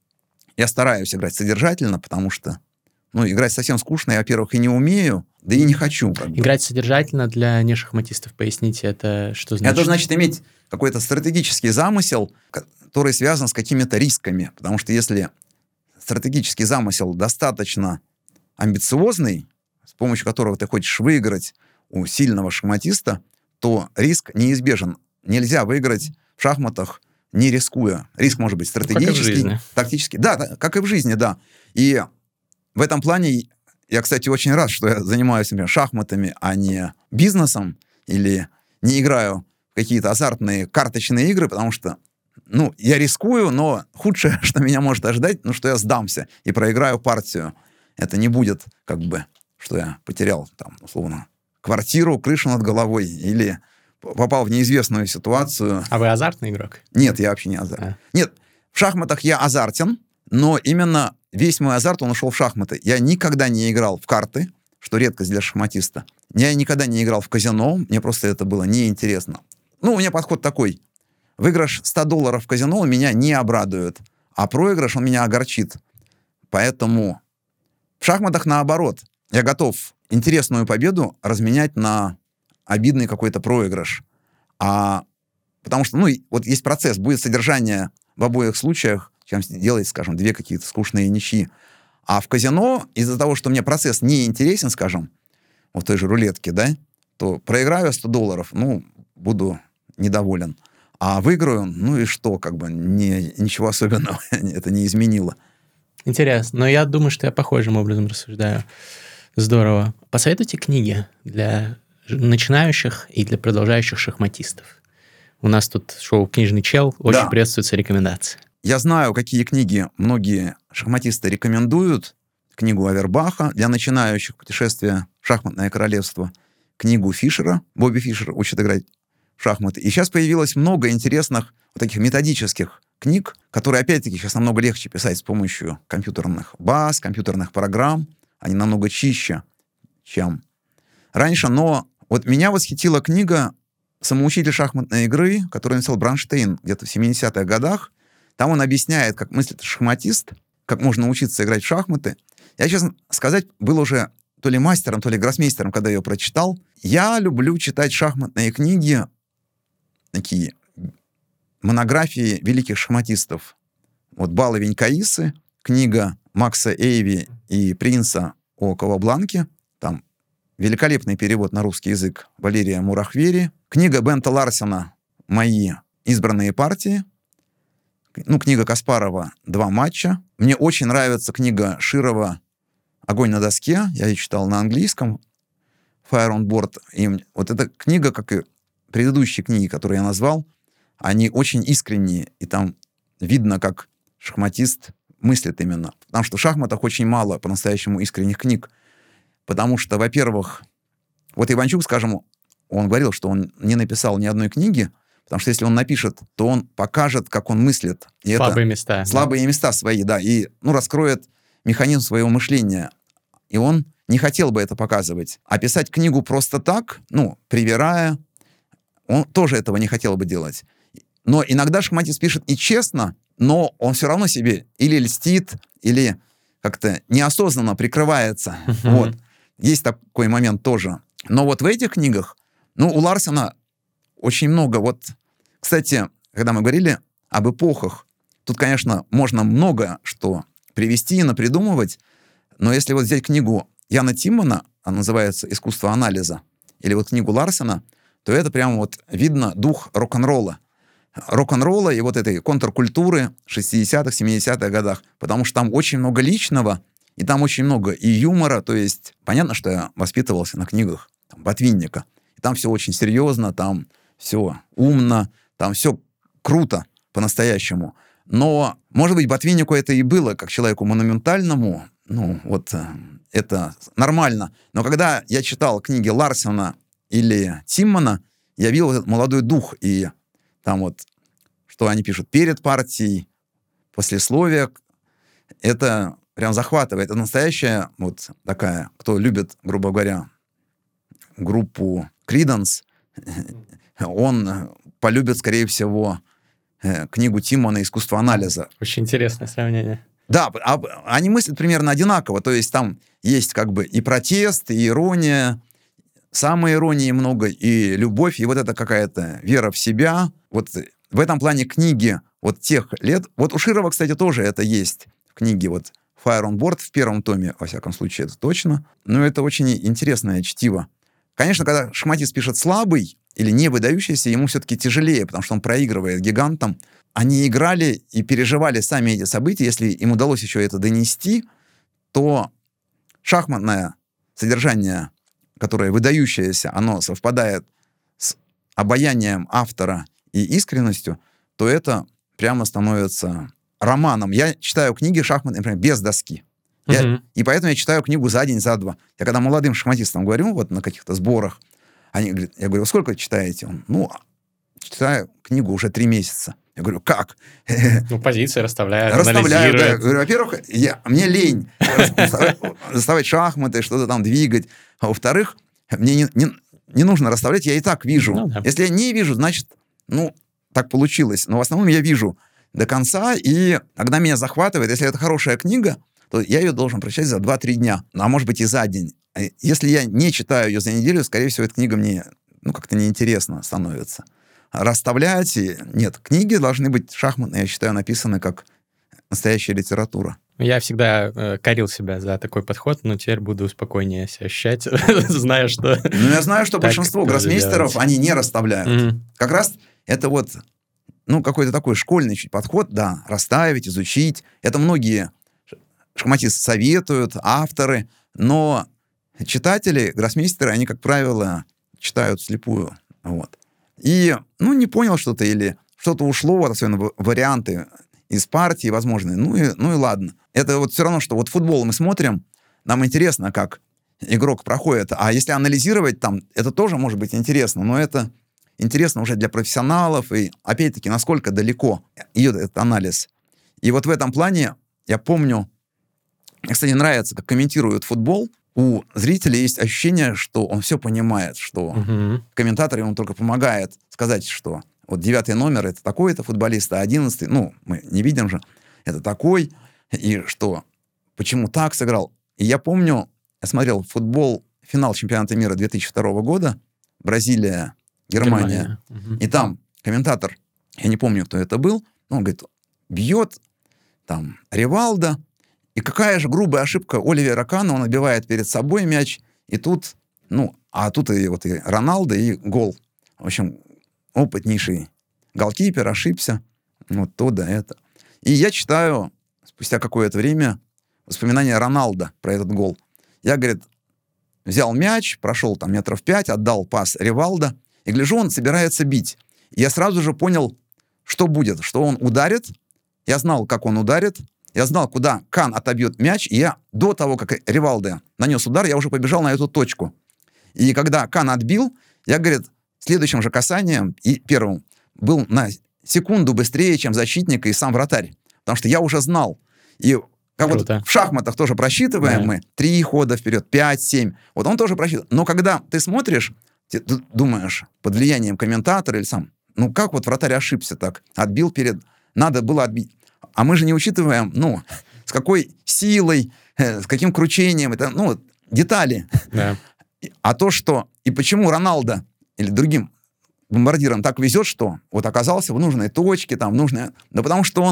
Я стараюсь играть содержательно, потому что, ну, играть совсем скучно я, во-первых, и не умею, да и не хочу. Как бы. Играть содержательно для нешахматистов, поясните, это что значит? Это значит иметь какой-то стратегический замысел, который связан с какими-то рисками. Потому что если стратегический замысел достаточно амбициозный, с помощью которого ты хочешь выиграть у сильного шахматиста, то риск неизбежен. Нельзя выиграть в шахматах, не рискуя. Риск может быть стратегический, ну, тактический. Да, да, как и в жизни, да. И в этом плане я, кстати, очень рад, что я занимаюсь, например, шахматами, а не бизнесом, или не играю в какие-то азартные карточные игры, потому что, ну, я рискую, но худшее, что меня может ожидать, ну, что я сдамся и проиграю партию. Это не будет, как бы, что я потерял, там, условно, квартиру, крышу над головой, или попал в неизвестную ситуацию. А вы азартный игрок? Нет, я вообще не азартный. А. Нет, в шахматах я азартен, но именно весь мой азарт, он ушел в шахматы. Я никогда не играл в карты, что редкость для шахматиста. Я никогда не играл в казино, мне просто это было неинтересно. Ну, у меня подход такой. Выигрыш сто долларов в казино меня не обрадует, а проигрыш, он меня огорчит. Поэтому в шахматах наоборот. Я готов интересную победу разменять на обидный какой-то проигрыш. А, потому что, ну, вот есть процесс, будет содержание в обоих случаях, чем делать, скажем, две какие-то скучные ничьи. А в казино, из-за того, что мне процесс не интересен, скажем, вот в той же рулетке, да, то проиграю сто долларов, ну, буду недоволен. А выиграю, ну и что, как бы, не, ничего особенного это не изменило. Интересно. Но я думаю, что я похожим образом рассуждаю. Здорово. Посоветуйте книги для начинающих и для продолжающих шахматистов. У нас тут шоу «Книжный чел», очень да. приветствуются рекомендации. Я знаю, какие книги многие шахматисты рекомендуют. Книгу Авербаха для начинающих, «Путешествие в шахматное королевство», книгу Фишера, Бобби Фишер учит играть в шахматы. И сейчас появилось много интересных вот таких методических книг, которые, опять-таки, сейчас намного легче писать с помощью компьютерных баз, компьютерных программ. Они намного чище, чем раньше. Но вот меня восхитила книга «Самоучитель шахматной игры», которую написал Бронштейн где-то в семидесятых годах. Там он объясняет, как мыслит шахматист, как можно научиться играть в шахматы. Я, честно сказать, был уже то ли мастером, то ли гроссмейстером, когда я ее прочитал. Я люблю читать шахматные книги, такие монографии великих шахматистов. Вот «Баловень Каисы», книга Макса Эйви и Принца о Кавабланке. Там великолепный перевод на русский язык Валерия Мурахвери. Книга Бента Ларсена «Мои избранные партии». Ну, книга Каспарова «Два матча». Мне очень нравится книга Широва «Огонь на доске». Я ее читал на английском. «Fire on board». И вот эта книга, как и предыдущие книги, которые я назвал, они очень искренние. И там видно, как шахматист мыслит именно. Потому что в шахматах очень мало по-настоящему искренних книг. Потому что, во-первых, вот Иванчук, скажем, он говорил, что он не написал ни одной книги, потому что если он напишет, то он покажет, как он мыслит. И слабые это места. Слабые да? места свои, да. И, ну, раскроет механизм своего мышления. И он не хотел бы это показывать. А писать книгу просто так, ну, привирая, он тоже этого не хотел бы делать. Но иногда шахматист пишет и честно, но он все равно себе или льстит, или как-то неосознанно прикрывается. Вот. Есть такой момент тоже. Но вот в этих книгах, ну, у Ларсена очень много. Вот, кстати, когда мы говорили об эпохах, тут, конечно, можно много что привести и напридумывать. Но если вот взять книгу Яна Тиммана, она называется «Искусство анализа», или вот книгу Ларсена, то это прямо вот видно дух рок-н-ролла. Рок-н-ролла и вот этой контркультуры шестидесятых, семидесятых годах, потому что там очень много личного, и там очень много и юмора, то есть понятно, что я воспитывался на книгах там, Ботвинника, и там все очень серьезно, там все умно, там все круто по-настоящему. Но, может быть, Ботвиннику это и было, как человеку монументальному, ну, вот э, это нормально. Но когда я читал книги Ларсена или Тиммана, я видел этот молодой дух, и там вот, что они пишут перед партией, послесловие, это прям захватывает. Это настоящая вот такая, кто любит, грубо говоря, группу Creedence, он полюбит, скорее всего, книгу Тиммана «Искусство анализа». Очень интересное сравнение. Да, а, они мыслят примерно одинаково, то есть там есть как бы и протест, и ирония, самоиронии много, и любовь, и вот это какая-то вера в себя. Вот в этом плане книги вот тех лет, вот у Широва, кстати, тоже это есть в книге вот «Fire on Board» в первом томе, во всяком случае, это точно. Но это очень интересное чтиво. Конечно, когда шахматист пишет слабый или не выдающийся, ему все-таки тяжелее, потому что он проигрывает гигантам. Они играли и переживали сами эти события. Если им удалось еще это донести, то шахматное содержание, которое выдающееся, оно совпадает с обаянием автора и искренностью, то это прямо становится романом. Я читаю книги шахматные, например, без доски. Я, uh-huh. И поэтому я читаю книгу за день, за два. Я когда молодым шахматистам говорю, вот на каких-то сборах, они говорят, я говорю, сколько читаете? Он, ну, читаю книгу уже три месяца. Я говорю, как? Ну, позиции расставляют, Расставляю, анализируют. да. Я говорю, во-первых, я, мне лень расставать шахматы, что-то там двигать. А во-вторых, мне не, не, не нужно расставлять, я и так вижу. Ну, да. Если я не вижу, значит, ну, так получилось. Но в основном я вижу до конца, и когда меня захватывает, если это хорошая книга, то я ее должен прочитать за два-три дня, а может быть и за день. Если я не читаю ее за неделю, скорее всего, эта книга мне ну, как-то неинтересно становится. Расставлять... Нет, книги должны быть шахматные, я считаю, написаны как настоящая литература. Я всегда э, корил себя за такой подход, но теперь буду спокойнее себя ощущать, зная, что... Ну, я знаю, что большинство гроссмейстеров, они не расставляют. Как раз это вот, ну, какой-то такой школьный чуть подход, да, расставить, изучить. Это многие шахматисты советуют, авторы, но читатели, гроссмейстеры, они, как правило, читают вслепую, вот. И, ну, не понял что-то или что-то ушло, вот, особенно варианты из партии возможные, ну и, ну и ладно. Это вот все равно, что вот футбол мы смотрим, нам интересно, как игрок проходит, а если анализировать там, это тоже может быть интересно, но это интересно уже для профессионалов, и опять-таки, насколько далеко идет этот анализ. И вот в этом плане я помню, мне, кстати, нравится, как комментируют футбол. У зрителя есть ощущение, что он все понимает, что uh-huh. комментатор ему только помогает сказать, что вот девятый номер — это такой-то футболист, а одиннадцатый, ну, мы не видим же, это такой, и что, почему так сыграл. И я помню, я смотрел футбол, финал чемпионата мира две тысячи второго года, Бразилия, Германия, Германия. Uh-huh. И там комментатор, я не помню, кто это был, но он говорит, бьет там Ривалдо, и какая же грубая ошибка Оливера Кана, он отбивает перед собой мяч, и тут, ну, а тут и вот и Роналдо, и гол. В общем, опытнейший голкипер ошибся, вот то да это. И я читаю спустя какое-то время воспоминания Роналдо про этот гол. Я, говорит, взял мяч, прошел там метров пять, отдал пас Ривалдо, и гляжу, он собирается бить. И я сразу же понял, что будет, что он ударит. Я знал, как он ударит. Я знал, куда Кан отобьет мяч, и я до того, как Ривалдо нанес удар, я уже побежал на эту точку. И когда Кан отбил, я, говорит, следующим же касанием, и первым, был на секунду быстрее, чем защитник и сам вратарь. Потому что я уже знал. И как вот в шахматах тоже просчитываем да. мы, три хода вперед, пять, семь. Вот он тоже просчитывает. Но когда ты смотришь, ты думаешь, под влиянием комментатора или сам, ну как вот вратарь ошибся так? Отбил перед... Надо было отбить. А мы же не учитываем, ну, с какой силой, э, с каким кручением, это, ну, детали. Да. А то, что... И почему Роналдо или другим бомбардирам так везет, что вот оказался в нужной точке, там, в нужной... Да потому что он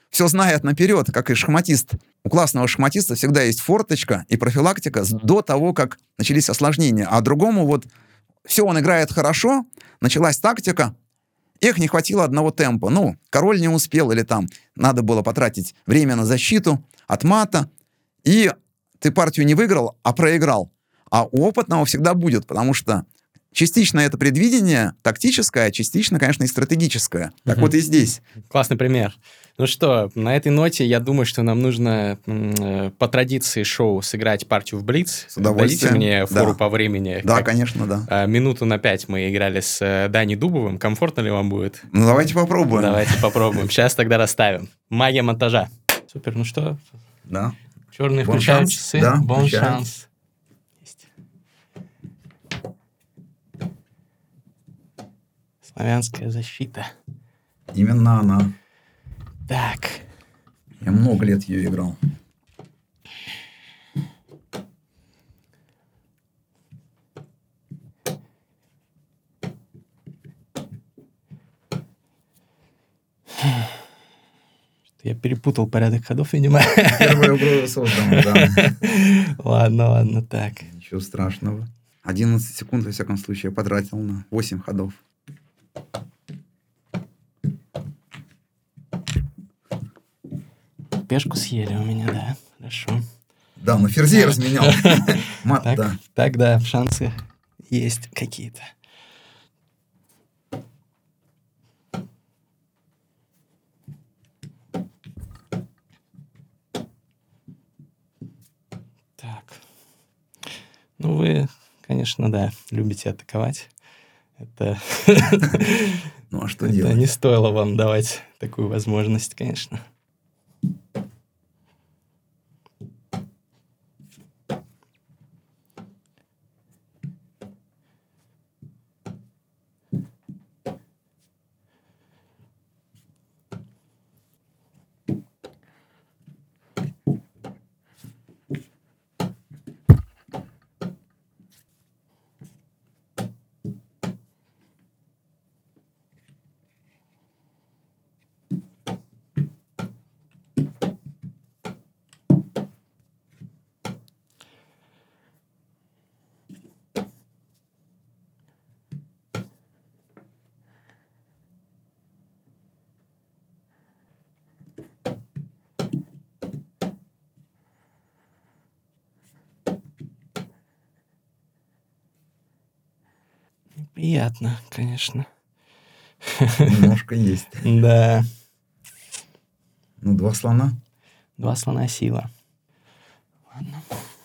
все знает наперед, как и шахматист. У классного шахматиста всегда есть форточка и профилактика до того, как начались осложнения. А другому вот все, он играет хорошо, началась тактика, эх, не хватило одного темпа. Ну, король не успел, или там надо было потратить время на защиту от мата, и ты партию не выиграл, а проиграл. А у опытного всегда будет, потому что частично это предвидение тактическое, а частично, конечно, и стратегическое. Так угу. Вот и здесь. Классный пример. Ну что, на этой ноте я думаю, что нам нужно м- по традиции шоу сыграть партию в Блиц. С удовольствием. Дадите мне фору да. по времени? Да, как, конечно, да. А, минуту на пять мы играли с э, Даней Дубовым. Комфортно ли вам будет? Ну, давайте попробуем. Давайте попробуем. Сейчас тогда расставим. Магия монтажа. Супер, ну что? Да. Черные Бон включают шанс. часы. Да, Бон включают. шанс. Есть. Славянская защита. Именно она. Так. Я много лет ее играл. Я перепутал порядок ходов, видимо. Первая угроза создана, да. Ладно, ладно, так. Ничего страшного. одиннадцать секунд, во всяком случае, я потратил на восемь ходов. Пешку съели у меня, да. Хорошо. Да, но ферзей разменял. Мат, так, да. Так, да, шансы есть какие-то. Так. Ну, вы, конечно, да, любите атаковать. Это... Ну, а что Это делать? не стоило вам давать такую возможность, конечно. Приятно, конечно. Немножко есть. Да. Ну, два слона. Два слона сила. Ладно.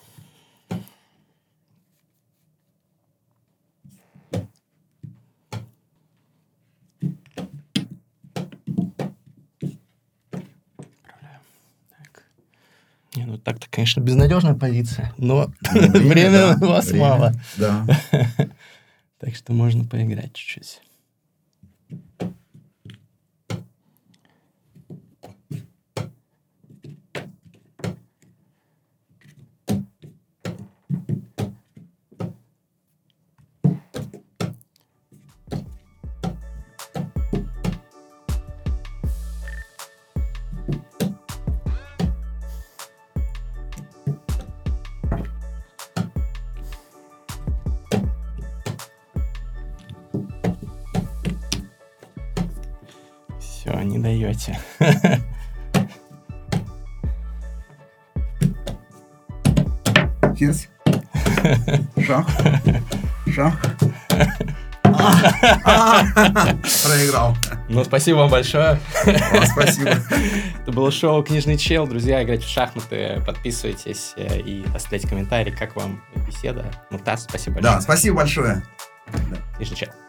Так. Не, ну так-то, конечно, безнадежная позиция, но Ну, время да, у вас время, мало. Да. Так что можно поиграть чуть-чуть. Все, не даете. Ферзь. Шах. Шах. А, а, проиграл. Ну, спасибо вам большое. Вам спасибо. Это было шоу «Книжный чел». Друзья, играйте в шахматы, подписывайтесь э, и оставляйте комментарии, как вам беседа. Муртаз, спасибо большое. Да, спасибо большое. Книжный чел.